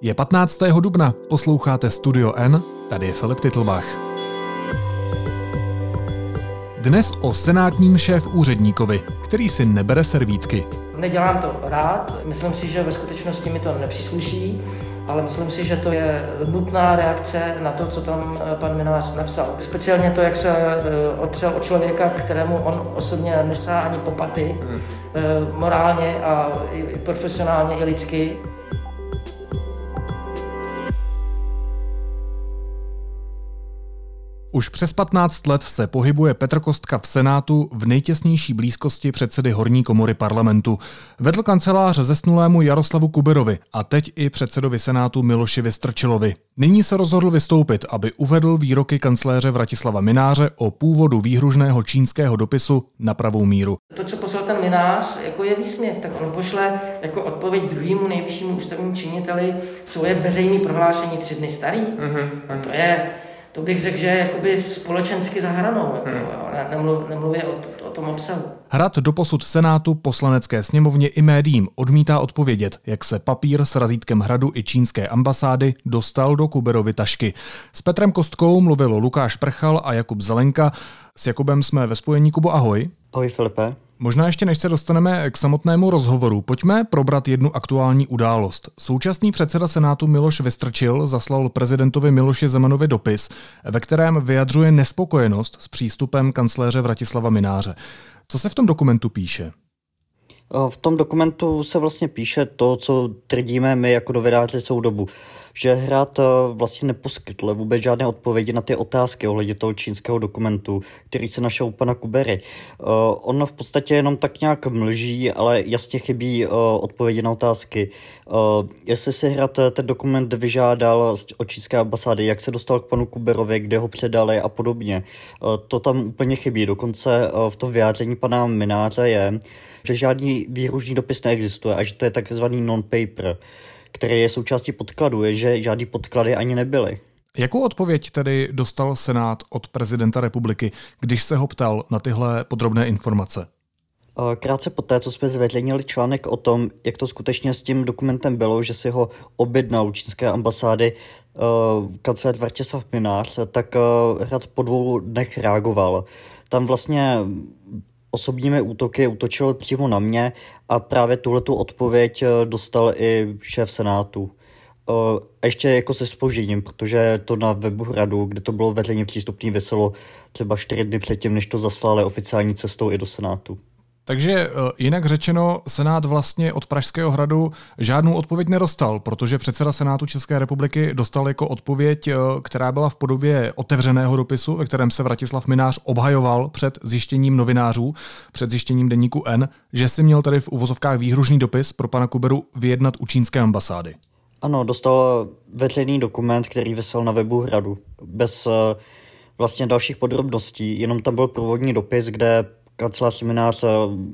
Je 15. dubna, posloucháte Studio N, tady je Filip Titlbach. Dnes o senátním šéfúředníkovi, který si nebere servítky. Nedělám to rád, myslím si, že ve skutečnosti mi to nepřísluší, ale myslím si, že to je nutná reakce na to, co tam pan Mynář napsal. Speciálně to, jak se otřel od člověka, kterému on osobně nesá ani popaty, morálně a i profesionálně i lidsky. Už přes 15 let se pohybuje Petr Kostka v Senátu v nejtěsnější blízkosti předsedy horní komory parlamentu. Vedl kancelář zesnulému Jaroslavu Kuberovi a teď i předsedovi Senátu Miloši Vystrčilovi. Nyní se rozhodl vystoupit, aby uvedl výroky kancléře Vratislava Mynáře o původu výhružného čínského dopisu na pravou míru. To, co poslal ten Mynář, jako je výsměch, tak on pošle jako odpověď druhému nejvyššímu ústavnímu činiteli svoje veřejné prohlášení 3 dny starý. To bych řekl, že je jakoby společensky za hranou, nemluví o tom obsahu. Hrad doposud Senátu, Poslanecké sněmovně i médiím odmítá odpovědět, jak se papír s razítkem Hradu i čínské ambasády dostal do Kuberovy tašky. S Petrem Kostkou mluvilo Lukáš Prchal a Jakub Zelenka. S Jakubem jsme ve spojení. Kubo, ahoj. Ahoj Filipe. Možná ještě než se dostaneme k samotnému rozhovoru, pojďme probrat jednu aktuální událost. Současný předseda Senátu Miloš Vystrčil zaslal prezidentovi Miloši Zemanovi dopis, ve kterém vyjadřuje nespokojenost s přístupem kancléře Vratislava Mynáře. Co se v tom dokumentu píše? V tom dokumentu se vlastně píše to, co tvrdíme my jako novináři celou dobu, že Hrad vlastně neposkytl vůbec žádné odpovědi na ty otázky ohledně toho čínského dokumentu, který se našel u pana Kubery. On v podstatě jenom tak nějak mlží, ale jasně chybí odpovědi na otázky. Jestli si Hrad ten dokument vyžádal od čínské ambasády, jak se dostal k panu Kuberovi, kde ho předali a podobně. To tam úplně chybí. Dokonce v tom vyjádření pana Mynáře je, že žádný výhružný dopis neexistuje a že to je takzvaný non-paper, který je součástí podkladu, je, že žádný podklady ani nebyly. Jakou odpověď tedy dostal Senát od prezidenta republiky, když se ho ptal na tyhle podrobné informace? Krátce poté, co jsme zveřejnili článek o tom, jak to skutečně s tím dokumentem bylo, že si ho objednal u čínské ambasády kancléř Vratislav Mynář, tak Hrad po 2 dnech reagoval. Tam vlastně osobními útoky útočil přímo na mě a právě tuhletu odpověď dostal i šéf Senátu. Ještě jako se zpožděním, protože to na webu Hradu, kde to bylo veřejně přístupné, vyselo třeba 4 dny předtím, než to zaslali oficiální cestou i do Senátu. Takže jinak řečeno, Senát vlastně od Pražského hradu žádnou odpověď nedostal, protože předseda Senátu České republiky dostal jako odpověď, která byla v podobě otevřeného dopisu, ve kterém se Vratislav Mynář obhajoval před zjištěním novinářů, před zjištěním deníku N, že si měl tady v uvozovkách výhružný dopis pro pana Kuberu vyjednat u čínské ambasády. Ano, dostal veřejný dokument, který visel na webu Hradu, bez vlastně dalších podrobností, jenom tam byl průvodní dopis, kde kancelář Mynář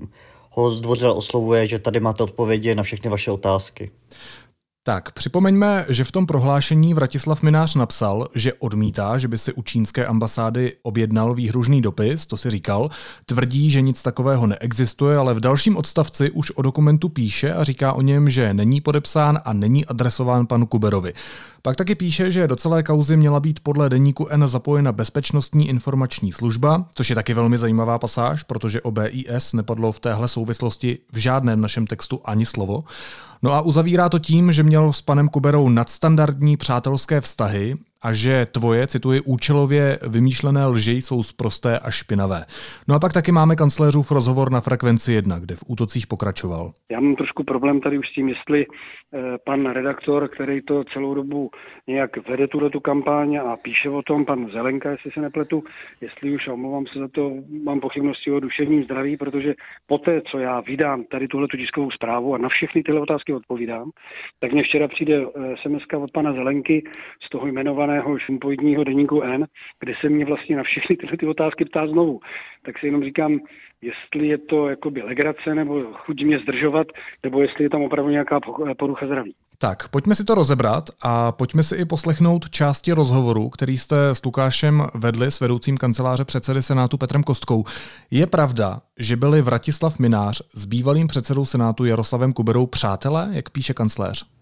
ho zdvořile oslovuje, že tady máte odpovědi na všechny vaše otázky. Tak, připomeňme, že v tom prohlášení Vratislav Mynář napsal, že odmítá, že by si u čínské ambasády objednal výhružný dopis, to si říkal, tvrdí, že nic takového neexistuje, ale v dalším odstavci už o dokumentu píše a říká o něm, že není podepsán a není adresován panu Kuberovi. Pak taky píše, že do celé kauzy měla být podle deníku N zapojena Bezpečnostní informační služba, což je taky velmi zajímavá pasáž, protože o BIS nepadlo v téhle souvislosti v žádném našem textu ani slovo. No a uzavírá to tím, že měl s panem Kuberou nadstandardní přátelské vztahy a že tvoje, cituji, účelově vymýšlené lži jsou sprosté a špinavé. No a pak taky máme kancléřův rozhovor na Frekvenci 1, kde v útocích pokračoval. Já mám trošku problém tady už s tím, jestli pan redaktor, který to celou dobu nějak vede tu kampaň a píše o tom, pan Zelenka, jestli se nepletu, jestli už, omlouvám se za to, mám pochybnosti o duševním zdraví, protože poté, co já vydám tady tuhletu tiskovou zprávu a na všechny tyhle otázky odpovídám, tak mě včera přijde SMS-ka od pana Zelenky z toho jmenovaného šumpoidního deníku N, kde se mě vlastně na všechny ty otázky ptá znovu. Tak si jenom říkám, jestli je to jakoby legrace nebo chuť mě zdržovat, nebo jestli je tam opravdu nějaká porucha zdraví. Tak, pojďme si to rozebrat a pojďme si i poslechnout části rozhovoru, který jste s Lukášem vedli s vedoucím kanceláře předsedy Senátu Petrem Kostkou. Je pravda, že byli Vratislav Mynář s bývalým předsedou Senátu Jaroslavem Kuberou přátelé, jak píše kancléř?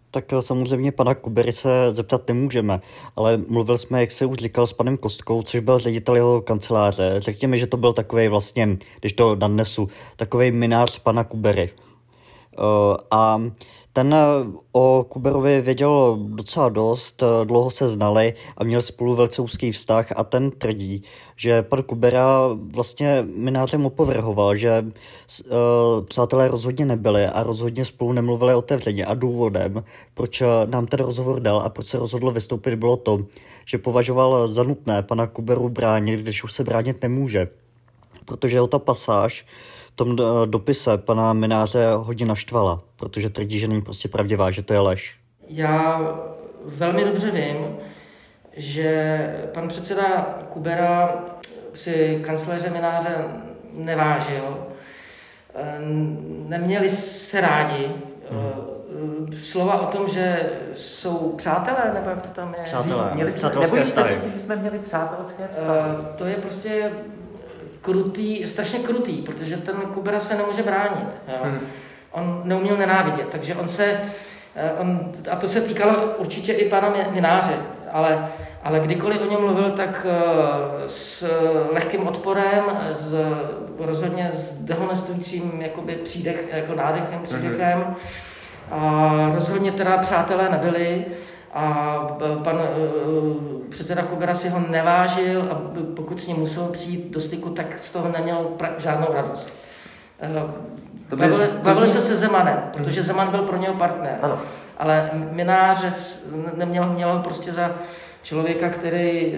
Tak samozřejmě pana Kubery se zeptat nemůžeme, ale mluvil jsme, jak se už říkal, s panem Kostkou, což byl ředitel jeho kanceláře. Řekněme, že to byl takovej vlastně, když to nadnesu, takovej minář pana Kubery. A ten o Kuberovi věděl docela dost, dlouho se znali a měl spolu velice úzký vztah a ten tvrdí, že pan Kubera vlastně minářem opovrhoval, že přátelé rozhodně nebyli a rozhodně spolu nemluvili otevřeně a důvodem, proč nám ten rozhovor dal a proč se rozhodl vystoupit, bylo to, že považoval za nutné pana Kuberu bránit, když už se bránit nemůže, protože ho ta pasáž v tom dopise pana mináře hodně naštvala, protože tvrdí, že není prostě pravdivá, že to je lež. Já velmi dobře vím, že pan předseda Kubera si kancléře Mynáře nevážil, neměli se rádi. Slova o tom, že jsou přátelé, nebo jak to tam je? Přátelské vztahy. Jsme měli přátelské vztahy. To je prostě krutý, strašně krutý, protože ten Kubera se nemůže bránit. Jo? On neuměl nenávidět, takže a to se týkalo určitě i pana Mynáře, ale kdykoliv o něm mluvil, tak s lehkým odporem, rozhodně s dehonestujícím jakoby nádechem, přídechem. A rozhodně teda přátelé nebyli a pan předseda Kubera si ho nevážil a pokud s ním musel přijít do styku, tak z toho neměl žádnou radost. Bavili se Zemanem, protože Zeman byl pro něho partner. Ano. Ale Mynáře měl prostě za člověka, který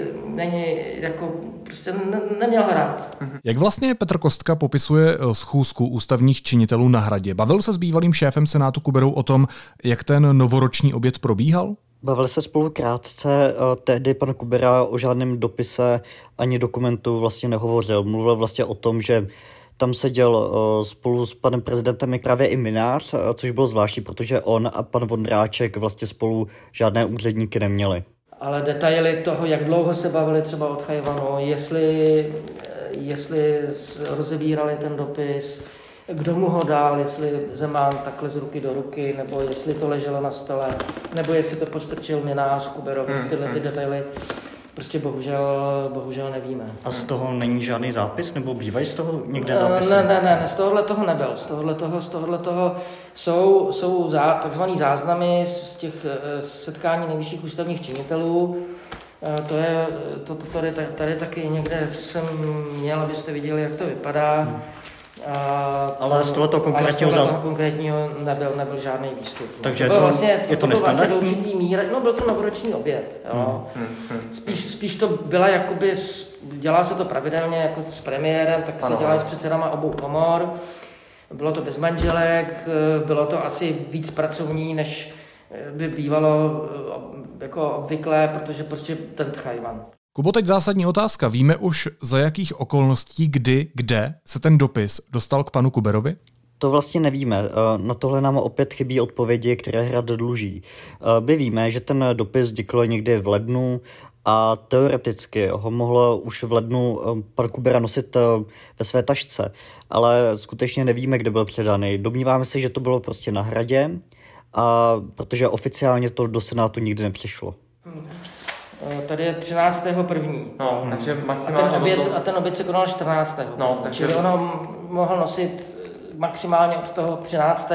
neměl hrát. Jak vlastně Petr Kostka popisuje schůzku ústavních činitelů na Hradě? Bavil se s bývalým šéfem Senátu Kuberou o tom, jak ten novoroční oběd probíhal? Bavili se spolu krátce, tehdy pan Kubera o žádném dopise ani dokumentu vlastně nehovořil. Mluvil vlastně o tom, že tam seděl spolu s panem prezidentem právě i Mynář, což bylo zvláštní, protože on a pan Vondráček vlastně spolu žádné úředníky neměli. Ale detaily toho, jak dlouho se bavili třeba od Chajvanu, jestli rozebírali ten dopis, kdo mu ho dal, jestli Zeman takhle z ruky do ruky, nebo jestli to leželo na stole, nebo jestli to postrčil Mynář Kuberovi, tyhle ty detaily prostě bohužel nevíme. A z toho není žádný zápis, nebo bývají z toho někde zápisy? Ne, z tohohle toho nebyl. Z tohohle toho jsou takzvaný záznamy z těch setkání nejvyšších ústavních činitelů. Tady taky někde jsem měl, abyste viděli, jak to vypadá. Ale z tohoto konkrétního nebyl žádný výstup. Takže je to nestandardní? Byl to novoroční oběd. Jo. Spíš to byla jakoby, dělá se to pravidelně jako s premiérem, tak se dělá s předsedama obou komor. Bylo to bez manželek, bylo to asi víc pracovní, než by bývalo jako obvyklé, protože prostě ten Chajvan. Kubo, teď zásadní otázka. Víme už, za jakých okolností, kde se ten dopis dostal k panu Kuberovi? To vlastně nevíme. Na tohle nám opět chybí odpovědi, které Hrad dluží. My víme, že ten dopis vznikl někdy v lednu a teoreticky ho mohl už v lednu pan Kubera nosit ve své tašce, ale skutečně nevíme, kde byl předaný. Domníváme se, že to bylo prostě na Hradě, protože oficiálně to do Senátu nikdy nepřišlo. Tady je 13.1. No, takže maximálně a ten oběd se konal 14. No, takže on ho mohl nosit maximálně od toho 13.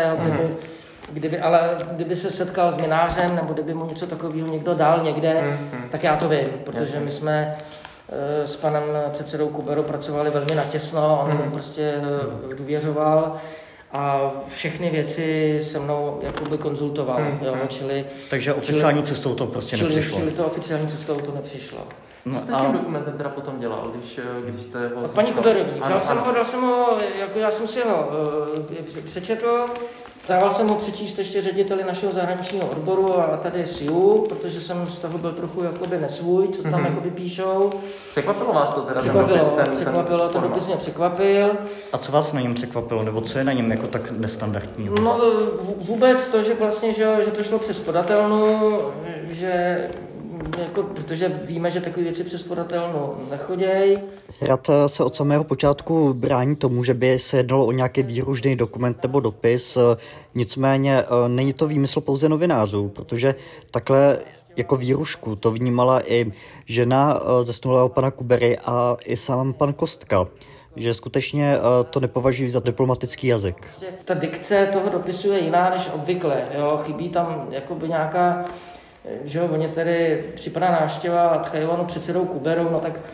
Kdyby se setkal s Mynářem, nebo kdyby mu něco takového někdo dal někde, tak já to vím, protože my jsme s panem předsedou Kuberou pracovali velmi natěsno, on mu prostě důvěřoval a všechny věci se mnou jakoby konzultoval. Takže oficiální cestou to prostě nepřišlo. Čili to oficiální cestou to nepřišlo. Co jste s tím dokumentem teda potom dělal, když jste ho... Od paní Kuberový. Dal jsem ho, jako já jsem si ho přečetl, dával jsem ho přečíst ještě řediteli našeho zahraničního odboru a tady SIU, protože jsem z toho byl trochu jakoby nesvůj, co tam jakoby píšou. Překvapilo vás to teda? Překvapilo, ten dopis mě překvapil. A co vás na něm překvapilo, nebo co je na něm jako tak nestandardní? No vůbec to, že vlastně, že to šlo přes podatelnu, že jako, protože víme, že takové věci přes podatelnu nechodějí. Hrad se od samého počátku brání tomu, že by se jednalo o nějaký výhružný dokument nebo dopis, nicméně není to výmysl pouze novinářů, protože takhle jako výhrušku to vnímala i žena zesnulého pana Kubery a i sám pan Kostka, že skutečně to nepovažují za diplomatický jazyk. Ta dikce toho dopisu je jiná než obvykle, jo? Chybí tam jakoby nějaká, že jo, oni tady připadá návštěva Tchajvanu předsedou Kuberou, no tak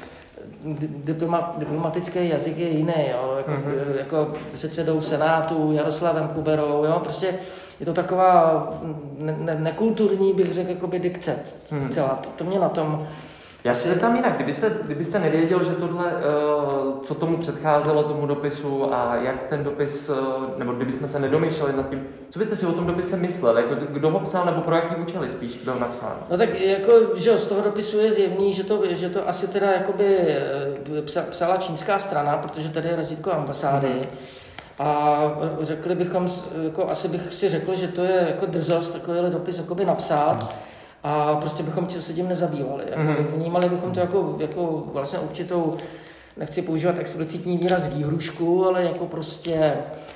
diplomatický jazyk je jiný, jo? Jako předsedou Senátu Jaroslavem Kuberou, jo? Prostě je to taková nekulturní, bych řekl, jakoby dikce celá. To mě na tom... Já se zeptám jinak, kdybyste nevěděl, že tohle, co tomu předcházelo tomu dopisu a jak ten dopis, nebo kdybychom se nedomýšleli nad tím, co byste si o tom dopise myslel, jako kdo ho psal nebo pro jaký účely spíš, kdo ho napsal? No tak jako, že z toho dopisu je zjevný, že to asi teda jakoby psala čínská strana, protože tady je razítko ambasády. A řekli bychom, jako asi bych si řekl, že to je jako drzost takovýhle dopis jakoby napsat. A prostě bychom se tím nezabývali. Jako, vnímali bychom to jako vlastně určitou, nechci používat explicitní výraz výhrušku, ale jako prostě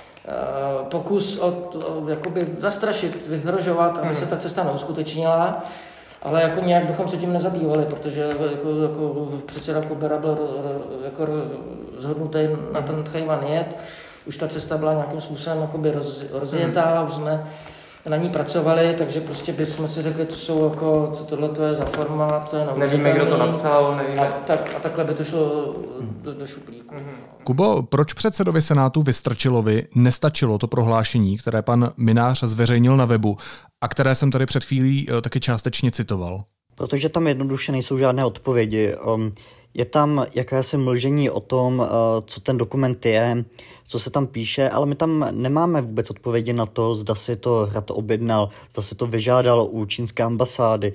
pokus jakoby zastrašit, vyhrožovat, aby se ta cesta neuskutečnila. Ale jako nějak bychom se tím nezabývali, protože jako předseda Kubera byl jako rozhodnutý na ten Tchajwan jet. Už ta cesta byla nějakým způsobem jakoby rozjetá, už jsme na ní pracovali, takže prostě bychom si řekli, to jsou jako, co tohle to je za forma, to je naučitelný. Nevíme, kdo to napsal, nevíme. A takhle by to šlo do šuplíku. Kubo, proč předsedovi Senátu Vystrčilovi nestačilo to prohlášení, které pan Mynář zveřejnil na webu a které jsem tady před chvílí taky částečně citoval? Protože tam jednoduše nejsou žádné odpovědi. Je tam jakési mlžení o tom, co ten dokument je, co se tam píše, ale my tam nemáme vůbec odpovědi na to, zda si to Hrad objednal, zda si to vyžádal u čínské ambasády,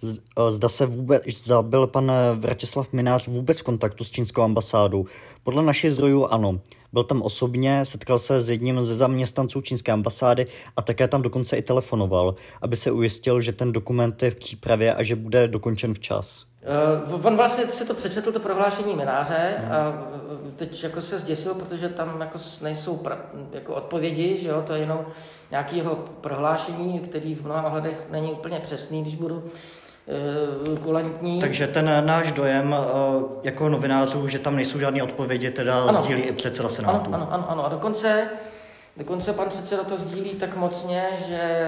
zda byl pan Vratislav Mynář vůbec v kontaktu s čínskou ambasádou. Podle našich zdrojů ano. Byl tam osobně, setkal se s jedním ze zaměstnanců čínské ambasády a také tam dokonce i telefonoval, aby se ujistil, že ten dokument je v přípravě a že bude dokončen včas. On vlastně si to přečetl, to prohlášení Mynáře a teď jako se zděsil, protože tam jako nejsou jako odpovědi, že jo, to je jenom nějaký jeho prohlášení, který v mnoha ohledech není úplně přesný, když budu kulantní. Takže ten náš dojem jako novinářů, že tam nejsou žádné odpovědi, teda sdílí i předseda Senátu. Ano. A dokonce pan předseda to sdílí tak mocně, že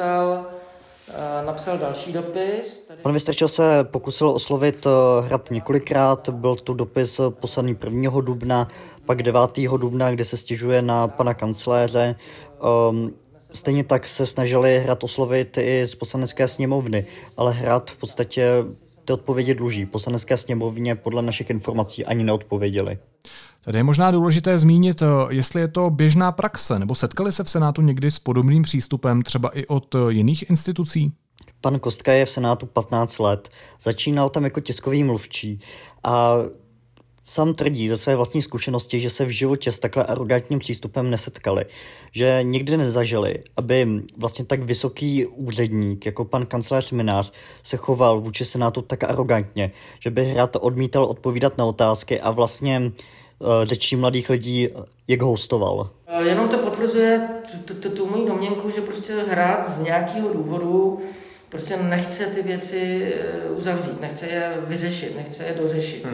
napsal další dopis. Pan Vystrčil se pokusil oslovit Hrad několikrát, byl to dopis poslaný 1. dubna, pak 9. dubna, kde se stěžuje na pana kancléře. Stejně tak se snažili Hrad oslovit i z poslanecké sněmovny, ale Hrad v podstatě ty odpovědi dluží. Poslanecké sněmovně podle našich informací ani neodpověděli. Tady je možná důležité zmínit, jestli je to běžná praxe, nebo setkali se v Senátu někdy s podobným přístupem třeba i od jiných institucí? Pan Kostka je v Senátu 15 let. Začínal tam jako tiskový mluvčí a sám tvrdí ze své vlastní zkušenosti, že se v životě s takhle arrogantním přístupem nesetkali. Že nikdy nezažili, aby vlastně tak vysoký úředník jako pan kancléř Mynář se choval vůči Senátu tak arrogantně, že by Hrad odmítal odpovídat na otázky a vlastně řečí mladých lidí, jak hostoval. Jenom to potvrzuje tu moji domněnku, že prostě Hrad z nějakého důvodu prostě nechce ty věci uzavřít, nechce je vyřešit, nechce je dořešit.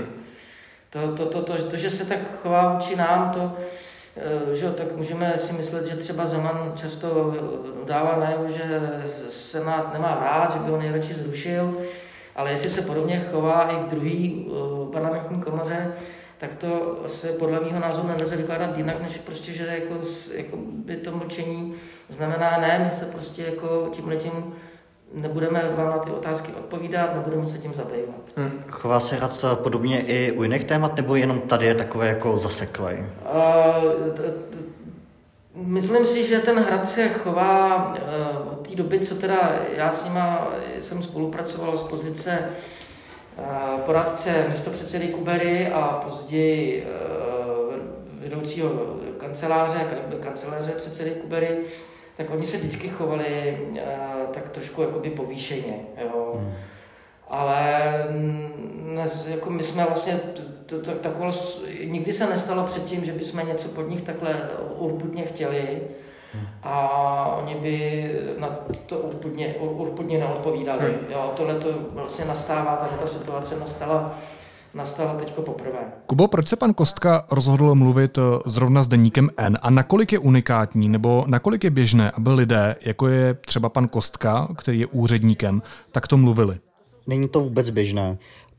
To, že se tak chová vůči nám, že tak můžeme si myslet, že třeba Zeman často dává najevo, že Senát nemá rád, že by ho nejradši zrušil, ale jestli se podobně chová i k druhé parlamentní komoře, tak to se podle mého názoru nelze vykládat jinak, než prostě, že jako by to mlčení znamená ne, my se prostě jako tímhletím nebudeme vám na ty otázky odpovídat, nebudeme se tím zabývat. Chová se Hrad podobně i u jiných témat, nebo jenom tady je takové jako zaseklej? Myslím si, že ten Hrad se chová od té doby, co teda já s nima jsem spolupracoval z pozice poradce místopředsedy Kubery a později vedoucího kanceláře předsedy Kubery, tak oni se vždycky chovali tak trošku jakoby povýšeně. Jo. Ale jako my jsme vlastně, takové, nikdy se nestalo předtím, že bychom něco pod nich takhle urputně chtěli a oni by na to urputně neodpovídali. Jo, tohle to vlastně nastává, ta situace nastala teďko poprvé. Kubo, proč se pan Kostka rozhodl mluvit zrovna s deníkem N a nakolik je unikátní nebo nakolik je běžné, aby lidé, jako je třeba pan Kostka, který je úředníkem, tak to mluvili? Není to vůbec běžné.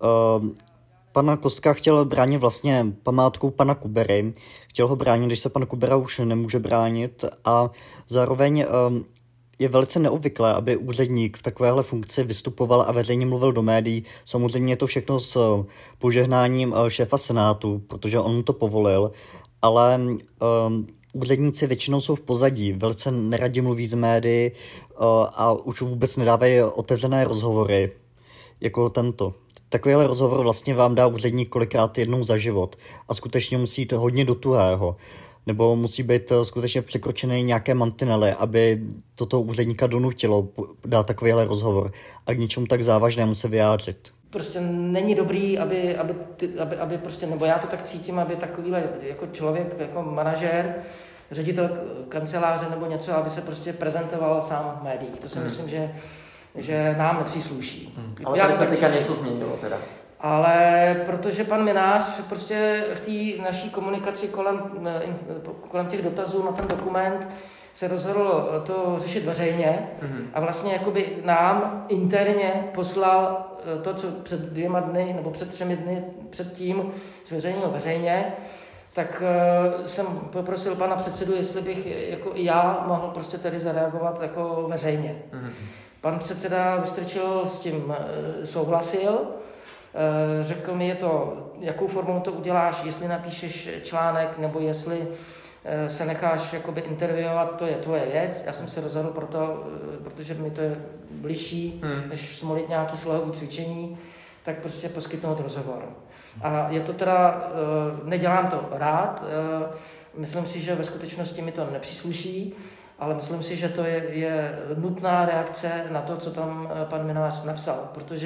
Pan Kostka chtěl bránit vlastně památku pana Kubery. Chtěl ho bránit, když se pan Kubera už nemůže bránit a zároveň je velice neobvyklé, aby úředník v takovéhle funkci vystupoval a veřejně mluvil do médií. Samozřejmě je to všechno s požehnáním šéfa Senátu, protože on mu to povolil, ale úředníci většinou jsou v pozadí, velice neradi mluví z médií a už vůbec nedávají otevřené rozhovory jako tento. Takovýhle rozhovor vlastně vám dá úředník kolikrát jednou za život a skutečně musí jít hodně do tuhého. Nebo musí být skutečně překročené nějaké mantinely, aby toto úředníka donutilo dát takovýhle rozhovor a k něčemu tak závažnému se vyjádřit. Prostě není dobrý, aby prostě, nebo já to tak cítím, aby takovýhle jako člověk, jako manažér, ředitel kanceláře nebo něco, aby se prostě prezentoval sám v médiích. To si myslím, že nám nepřísluší. Ale tady se teďka něco změnilo teda. Ale protože pan Minář prostě v té naší komunikaci kolem těch dotazů na ten dokument se rozhodl to řešit veřejně a vlastně jakoby nám interně poslal to, co před 2 dny nebo před 3 dny předtím zveřejnil veřejně, tak jsem poprosil pana předsedu, jestli bych jako i já mohl prostě tady zareagovat jako veřejně. Pan předseda Vystrčil s tím souhlasil, řekl mi, jakou formou to uděláš, jestli napíšeš článek, nebo jestli se necháš jakoby intervjuovat, to je tvoje věc. Já jsem se rozhodl proto, protože mi to je bližší, než smolit nějaké slohové cvičení, tak prostě poskytnout rozhovor. A je to teda, nedělám to rád, myslím si, že ve skutečnosti mi to nepřísluší, ale myslím si, že to je nutná reakce na to, co tam pan Minář napsal,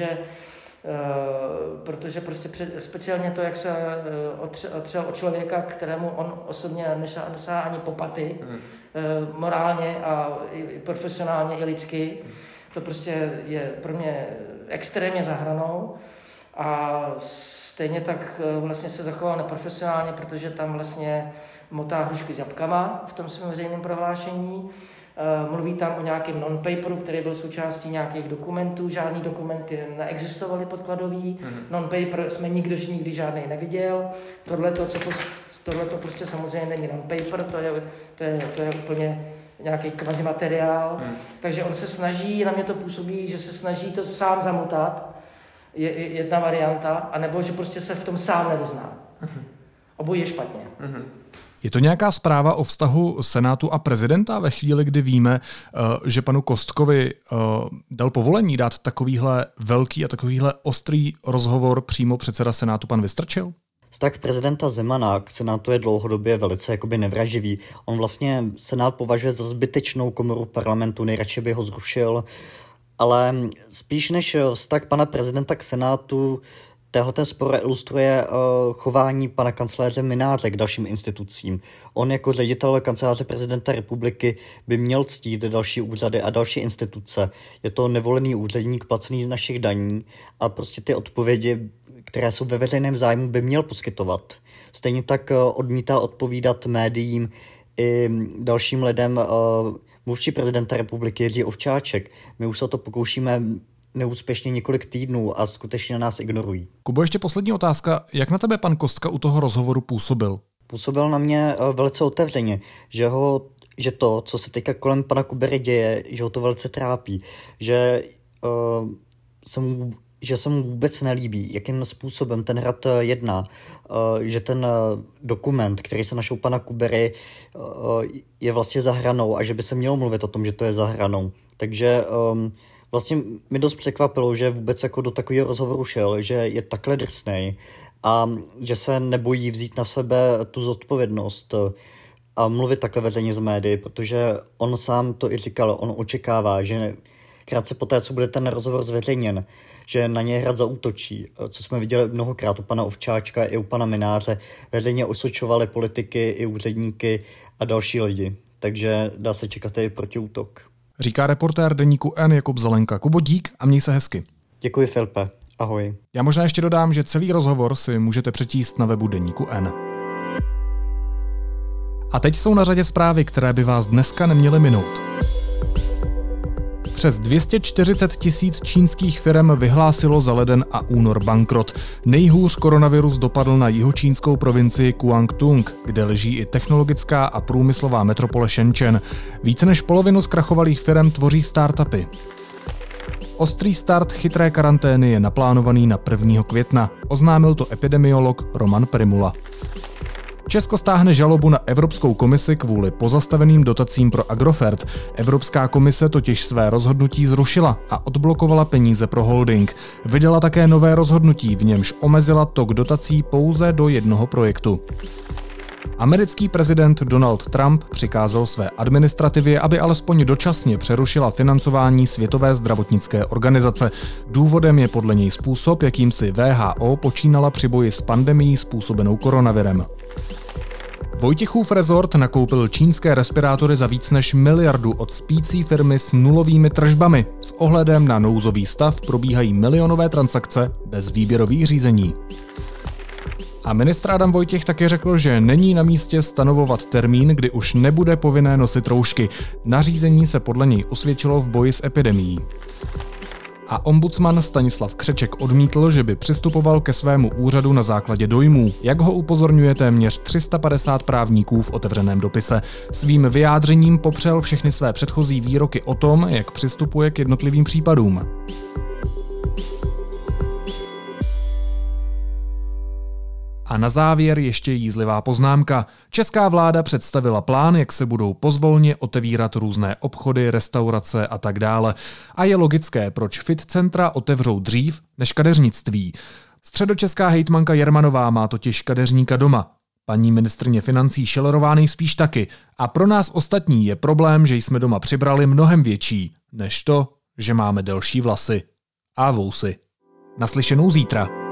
protože prostě speciálně to, jak se otřel od člověka, kterému on osobně nesá ani popaty, morálně a i profesionálně, i lidsky, to prostě je pro mě extrémně za hranou a stejně tak vlastně se zachoval neprofesionálně, protože tam vlastně motá hrušky s jabkama v tom svém veřejném prohlášení. Mluví tam o nějakém non-paperu, který byl součástí nějakých dokumentů. Žádný dokumenty neexistovaly podkladový. Non-paper jsme nikdy žádný neviděl. Tohleto prostě samozřejmě není non-paper, to je úplně nějaký kvazimateriál. Takže on se snaží, na mě to působí, že se snaží to sám zamotat, je jedna varianta, anebo že prostě se v tom sám nevyzná. Obojí je špatně. Je to nějaká zpráva o vztahu Senátu a prezidenta ve chvíli, kdy víme, že panu Kostkovi dal povolení dát takovýhle velký a takovýhle ostrý rozhovor přímo předseda Senátu pan Vystrčil? Vztah prezidenta Zemana k Senátu je dlouhodobě velice jakoby nevraživý. On vlastně Senát považuje za zbytečnou komoru parlamentu, nejradši by ho zrušil, ale spíš než vztah pana prezidenta k Senátu, tenhle spor ilustruje chování pana kancléře Mynáře k dalším institucím. On jako ředitel kanceláře prezidenta republiky by měl ctít další úřady a další instituce. Je to nevolený úředník placený z našich daní a prostě ty odpovědi, které jsou ve veřejném zájmu, by měl poskytovat. Stejně tak odmítá odpovídat médiím i dalším lidem mluvčí prezidenta republiky Jiří Ovčáček. My už se o to pokoušíme neúspěšně několik týdnů a skutečně nás ignorují. Kubo, ještě poslední otázka. Jak na tebe pan Kostka u toho rozhovoru působil? Působil na mě velice otevřeně, že to, co se teďka kolem pana Kubery děje, že ho to velice trápí, že se mu vůbec nelíbí, jakým způsobem ten hrad jedná, že ten dokument, který se našel pana Kubery, je vlastně za hranou a že by se mělo mluvit o tom, že to je za hranou. Takže vlastně mi dost překvapilo, že vůbec jako do takového rozhovoru šel, že je takhle drsnej a že se nebojí vzít na sebe tu zodpovědnost a mluvit takhle veřejně z médií, protože on sám to i říkal, on očekává, že krátce poté, co bude ten rozhovor zveřejněn, že na ně hrad zaútočí, co jsme viděli mnohokrát u pana Ovčáčka i u pana Mynáře, veřejně osočovali politiky i úředníky a další lidi. Takže dá se čekat i protiútok. Říká reportér deníku N Jakub Zelenka. Kubo, dík a měj se hezky. Děkuji, Filipe. Ahoj. Já možná ještě dodám, že celý rozhovor si můžete přečíst na webu deníku N. A teď jsou na řadě zprávy, které by vás dneska neměly minout. Přes 240 000 čínských firem vyhlásilo za leden a únor bankrot. Nejhůř koronavirus dopadl na jihočínskou provincii Guangdong, kde leží i technologická a průmyslová metropole Shenzhen. Více než polovinu zkrachovalých firem tvoří startupy. Ostrý start chytré karantény je naplánovaný na 1. května, oznámil to epidemiolog Roman Primula. Česko stáhne žalobu na Evropskou komisi kvůli pozastaveným dotacím pro Agrofert. Evropská komise totiž své rozhodnutí zrušila a odblokovala peníze pro holding. Vydala také nové rozhodnutí, v němž omezila tok dotací pouze do jednoho projektu. Americký prezident Donald Trump přikázal své administrativě, aby alespoň dočasně přerušila financování Světové zdravotnické organizace. Důvodem je podle něj způsob, jakým si WHO počínala při boji s pandemií způsobenou koronavirem. Vojtěchův rezort nakoupil čínské respirátory za víc než 1 miliardu od spící firmy s nulovými tržbami. S ohledem na nouzový stav probíhají milionové transakce bez výběrových řízení. A ministr Adam Vojtěch také řekl, že není na místě stanovovat termín, kdy už nebude povinné nosit roušky. Nařízení se podle něj osvědčilo v boji s epidemií. A ombudsman Stanislav Křeček odmítl, že by přistupoval ke svému úřadu na základě dojmů, jak ho upozorňuje téměř 350 právníků v otevřeném dopise. Svým vyjádřením popřel všechny své předchozí výroky o tom, jak přistupuje k jednotlivým případům. A na závěr ještě jízlivá poznámka. Česká vláda představila plán, jak se budou pozvolně otevírat různé obchody, restaurace a tak dále. A je logické, proč fit centra otevřou dřív než kadeřnictví. Středočeská hejtmanka Jermanová má totiž kadeřníka doma. Paní ministryně financí Schillerová nejspíš taky. A pro nás ostatní je problém, že jsme doma přibrali mnohem větší, než to, že máme delší vlasy a vousy. Naslyšenou zítra.